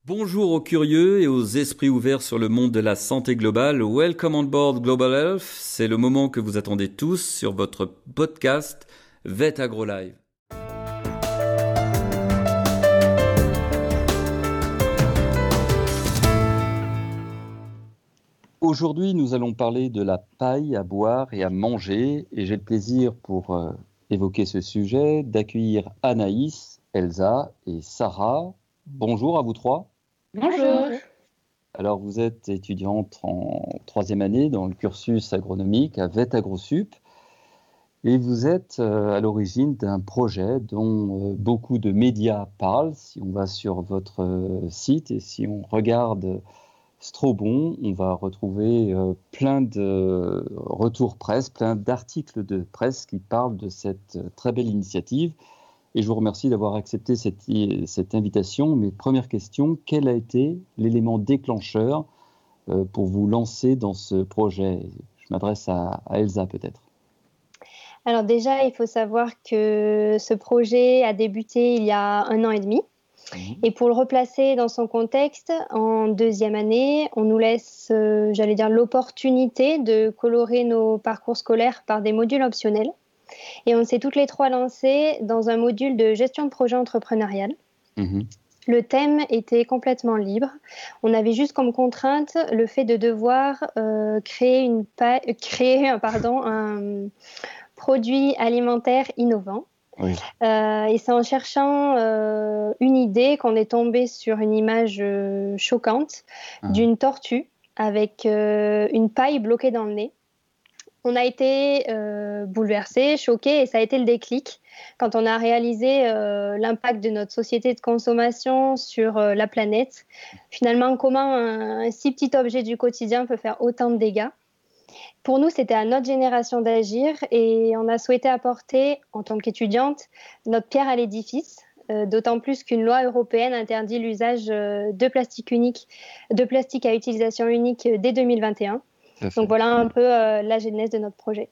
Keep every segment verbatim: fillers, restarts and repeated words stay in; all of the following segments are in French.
Bonjour aux curieux et aux esprits ouverts sur le monde de la santé globale. Welcome on board Global Health. C'est le moment que vous attendez tous sur votre podcast Vet Agro Live. Aujourd'hui, nous allons parler de la paille à boire et à manger. Et j'ai le plaisir pour euh, évoquer ce sujet d'accueillir Anaïs, Elsa et Sarah. Bonjour à vous trois. Bonjour. Alors, vous êtes étudiante en troisième année dans le cursus agronomique à Vet AgroSup et vous êtes euh, à l'origine d'un projet dont euh, beaucoup de médias parlent. Si on va sur votre euh, site et si on regarde Strobon, on va retrouver euh, plein de retours presse, plein d'articles de presse qui parlent de cette euh, très belle initiative. Et je vous remercie d'avoir accepté cette, cette invitation. Mais première question, quel a été l'élément déclencheur euh, pour vous lancer dans ce projet? Je m'adresse à, à Elsa peut-être. Alors déjà, il faut savoir que ce projet a débuté il y a un an et demi. Mmh. Et pour le replacer dans son contexte, en deuxième année, on nous laisse, euh, j'allais dire, l'opportunité de colorer nos parcours scolaires par des modules optionnels. Et on s'est toutes les trois lancées dans un module de gestion de projet entrepreneurial. Mmh. Le thème était complètement libre. On avait juste comme contrainte le fait de devoir euh, créer, une pa- créer pardon, un produit alimentaire innovant. Oui. Euh, et c'est en cherchant euh, une idée qu'on est tombé sur une image euh, choquante ah. d'une tortue avec euh, une paille bloquée dans le nez. On a été euh, bouleversés, choqués, et ça a été le déclic quand on a réalisé euh, l'impact de notre société de consommation sur euh, la planète. Finalement, comment un, un si petit objet du quotidien peut faire autant de dégâts. Pour nous, c'était à notre génération d'agir et on a souhaité apporter, en tant qu'étudiante, notre pierre à l'édifice, euh, d'autant plus qu'une loi européenne interdit l'usage euh, de plastique unique, de plastique à utilisation unique dès deux mille vingt et un. Donc voilà un peu euh, la genèse de notre projet.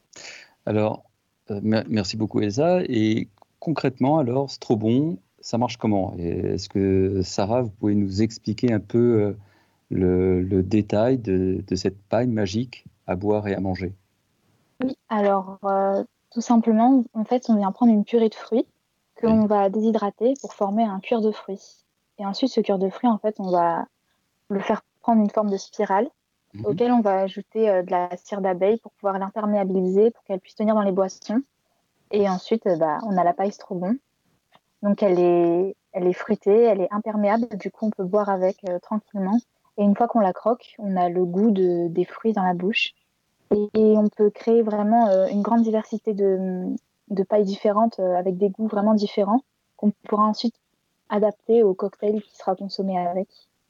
Alors, euh, merci beaucoup Elsa. Et concrètement, alors, Strobon, ça marche comment? Est-ce que Sarah, vous pouvez nous expliquer un peu euh, le, le détail de, de cette paille magique à boire et à manger? Oui, alors euh, tout simplement, en fait, on vient prendre une purée de fruits que l'on oui. va déshydrater pour former un cuir de fruits. Et ensuite, ce cuir de fruits, en fait, on va le faire prendre une forme de spirale mmh. auquel on va ajouter euh, de la cire d'abeille pour pouvoir l'imperméabiliser, pour qu'elle puisse tenir dans les boissons. Et ensuite, euh, bah, on a la paille Strobon. Donc, elle est, elle est fruitée, elle est imperméable. Du coup, on peut boire avec euh, tranquillement. Et une fois qu'on la croque, on a le goût de, des fruits dans la bouche. Et, et on peut créer vraiment euh, une grande diversité de, de pailles différentes euh, avec des goûts vraiment différents qu'on pourra ensuite adapter au cocktail qui sera consommé avec.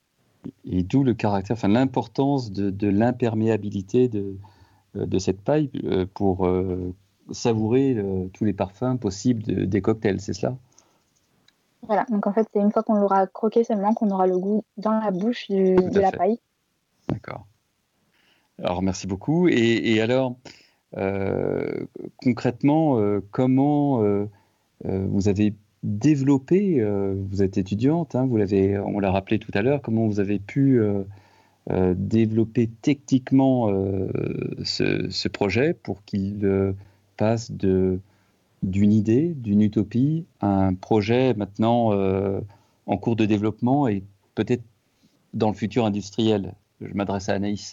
Et d'où le caractère, enfin l'importance de, de l'imperméabilité de, de cette paille pour euh, savourer euh, tous les parfums possibles de, des cocktails, c'est cela? Voilà, donc en fait c'est une fois qu'on l'aura croqué seulement qu'on aura le goût dans la bouche du, de la paille. D'accord. Alors merci beaucoup. Et, et alors, euh, concrètement, euh, comment euh, euh, vous avez développé, euh, vous êtes étudiante, hein, vous l'avez, on l'a rappelé tout à l'heure, comment vous avez pu euh, euh, développer techniquement euh, ce, ce projet pour qu'il euh, passe de, d'une idée, d'une utopie à un projet maintenant euh, en cours de développement et peut-être dans le futur industriel. Je m'adresse à Anaïs.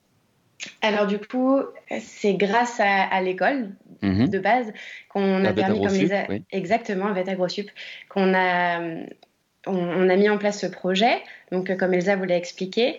Alors du coup, c'est grâce à, à l'école mmh. de base qu'on a à permis, comme les a... oui. exactement, à Vet AgroSup, qu'on a, on, on a mis en place ce projet. Donc comme Elsa vous l'a expliqué,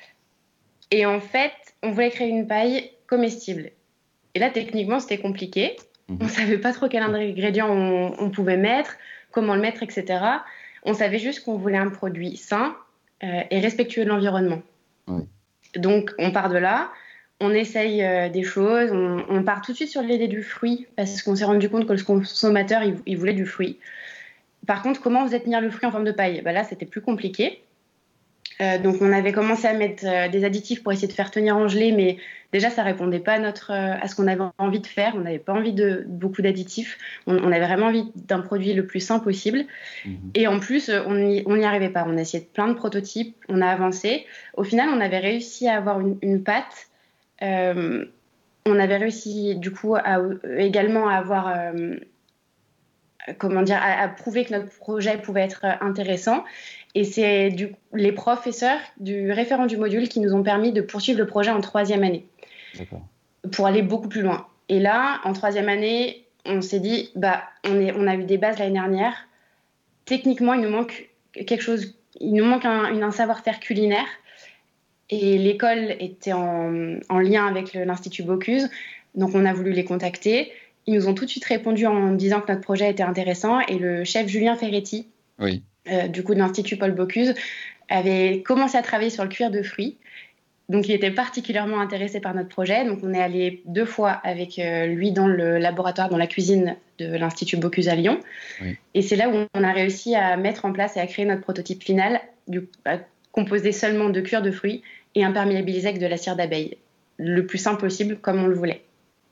et en fait, on voulait créer une paille comestible. Et là, techniquement, c'était compliqué. Mmh. On savait pas trop quel ingrédient on, on pouvait mettre, comment le mettre, et cetera. On savait juste qu'on voulait un produit sain euh, et respectueux de l'environnement. Oui. Donc on part de là. On essaye euh, des choses, on, on part tout de suite sur l'idée du fruit parce qu'on s'est rendu compte que le consommateur, il, il voulait du fruit. Par contre, comment vous tenir le fruit en forme de paille? Ben là, c'était plus compliqué. Euh, donc on avait commencé à mettre euh, des additifs pour essayer de faire tenir en gelée, mais déjà ça répondait pas à, notre, euh, à ce qu'on avait envie de faire. On n'avait pas envie de beaucoup d'additifs. On, on avait vraiment envie d'un produit le plus sain possible. Mmh. Et en plus, on n'y arrivait pas. On a essayé plein de prototypes, on a avancé. Au final, on avait réussi à avoir une, une pâte. Euh, on avait réussi du coup à, également à avoir... Euh, comment dire, à, à prouver que notre projet pouvait être intéressant. Et c'est du, les professeurs du référent du module qui nous ont permis de poursuivre le projet en troisième année. D'accord. Pour aller beaucoup plus loin. Et là, en troisième année, on s'est dit, bah, on, est, on a eu des bases l'année dernière. Techniquement, il nous manque quelque chose, il nous manque un, un savoir-faire culinaire. Et l'école était en, en lien avec le, l'Institut Bocuse. Donc, on a voulu les contacter. Ils nous ont tout de suite répondu en disant que notre projet était intéressant. Et le chef Julien Ferretti, oui. euh, du coup de l'Institut Paul Bocuse, avait commencé à travailler sur le cuir de fruits. Donc, il était particulièrement intéressé par notre projet. Donc, on est allé deux fois avec euh, lui dans le laboratoire, dans la cuisine de l'Institut Bocuse à Lyon. Oui. Et c'est là où on a réussi à mettre en place et à créer notre prototype final, du, euh, composé seulement de cuir de fruits et imperméabilisé avec de la cire d'abeille. Le plus simple possible, comme on le voulait.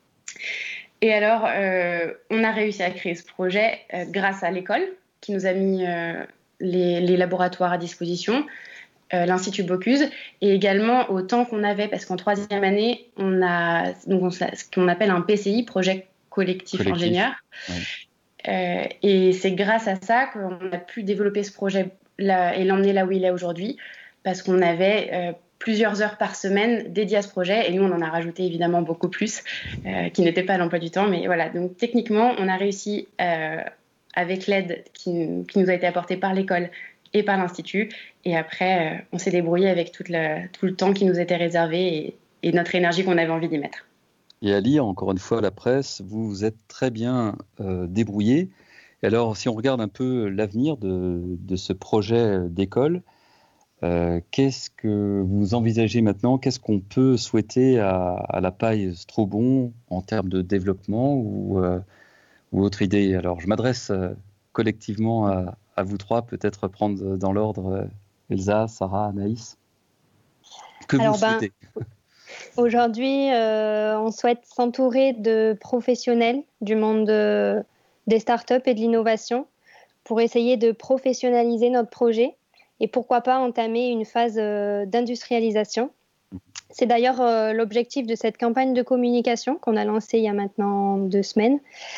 Et alors, euh, on a réussi à créer ce projet euh, grâce à l'école qui nous a mis euh, les, les laboratoires à disposition, euh, l'Institut Bocuse, et également au temps qu'on avait, parce qu'en troisième année, on a donc on, ce qu'on appelle un P C I, projet collectif, collectif. ingénieur. Ouais. Euh, et c'est grâce à ça qu'on a pu développer ce projet là, et l'emmener là où il est aujourd'hui, parce qu'on avait... Euh, plusieurs heures par semaine dédiées à ce projet, et nous on en a rajouté évidemment beaucoup plus euh, qui n'était pas à l'emploi du temps, mais voilà, donc techniquement on a réussi euh, avec l'aide qui, qui nous a été apportée par l'école et par l'Institut, et après euh, on s'est débrouillé avec toute la, tout le temps qui nous était réservé et, et notre énergie qu'on avait envie d'y mettre. Et à lire encore une fois la presse, vous vous êtes très bien euh, débrouillé. Et alors si on regarde un peu l'avenir de, de ce projet d'école, Euh, qu'est-ce que vous envisagez maintenant? Qu'est-ce qu'on peut souhaiter à, à la paille Strobon en termes de développement ou, euh, ou autre idée? Alors, je m'adresse euh, collectivement à, à vous trois, peut-être prendre dans l'ordre euh, Elsa, Sarah, Anaïs. Que Alors, vous souhaitez ben, aujourd'hui, euh, on souhaite s'entourer de professionnels du monde de, des startups et de l'innovation pour essayer de professionnaliser notre projet. Et pourquoi pas entamer une phase euh, d'industrialisation. C'est d'ailleurs euh, l'objectif de cette campagne de communication qu'on a lancée il y a maintenant deux semaines.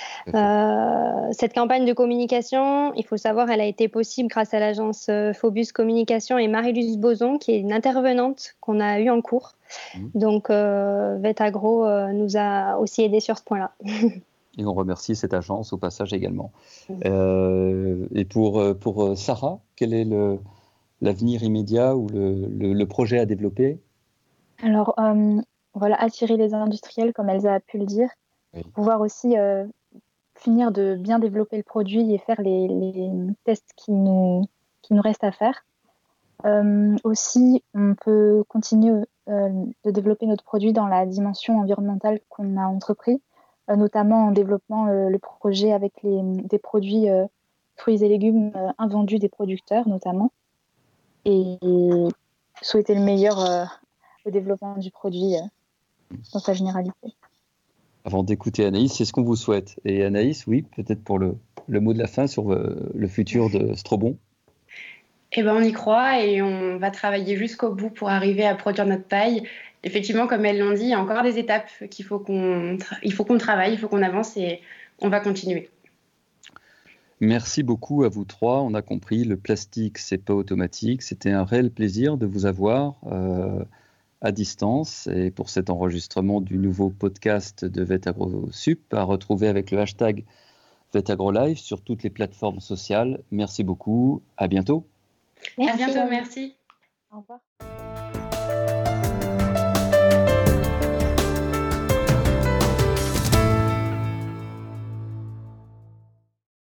Euh, cette campagne de communication, il faut savoir, elle a été possible grâce à l'agence euh, Phobus Communication et Marie-Luce Boson, qui est une intervenante qu'on a eue en cours. Mmh. Donc, euh, Vetagro euh, nous a aussi aidés sur ce point-là. Et on remercie cette agence au passage également. Mmh. Euh, et pour, pour Sarah, quel est le... l'avenir immédiat ou le, le, le projet à développer? Alors, euh, voilà, attirer les industriels, comme Elsa a pu le dire, oui. Pouvoir aussi euh, finir de bien développer le produit et faire les, les tests qui nous, qui nous restent à faire. Euh, aussi, on peut continuer euh, de développer notre produit dans la dimension environnementale qu'on a entrepris, euh, notamment en développant euh, le projet avec les, des produits euh, fruits et légumes euh, invendus des producteurs, notamment. Et souhaiter le meilleur euh, au développement du produit euh, dans sa généralité. Avant d'écouter Anaïs, c'est ce qu'on vous souhaite. Et Anaïs, oui, peut-être pour le, le mot de la fin sur le, le futur de Strobon. Eh ben, on y croit et on va travailler jusqu'au bout pour arriver à produire notre paille. Effectivement, comme elles l'ont dit, il y a encore des étapes qu'il faut qu'on, tra- il faut qu'on travaille, il faut qu'on avance et on va continuer. Merci beaucoup à vous trois. On a compris, le plastique, c'est pas automatique. C'était un réel plaisir de vous avoir euh, à distance et pour cet enregistrement du nouveau podcast de VetAgroSup à retrouver avec le hashtag VetAgroLive sur toutes les plateformes sociales. Merci beaucoup. À bientôt. Merci. À bientôt. Merci. Au revoir.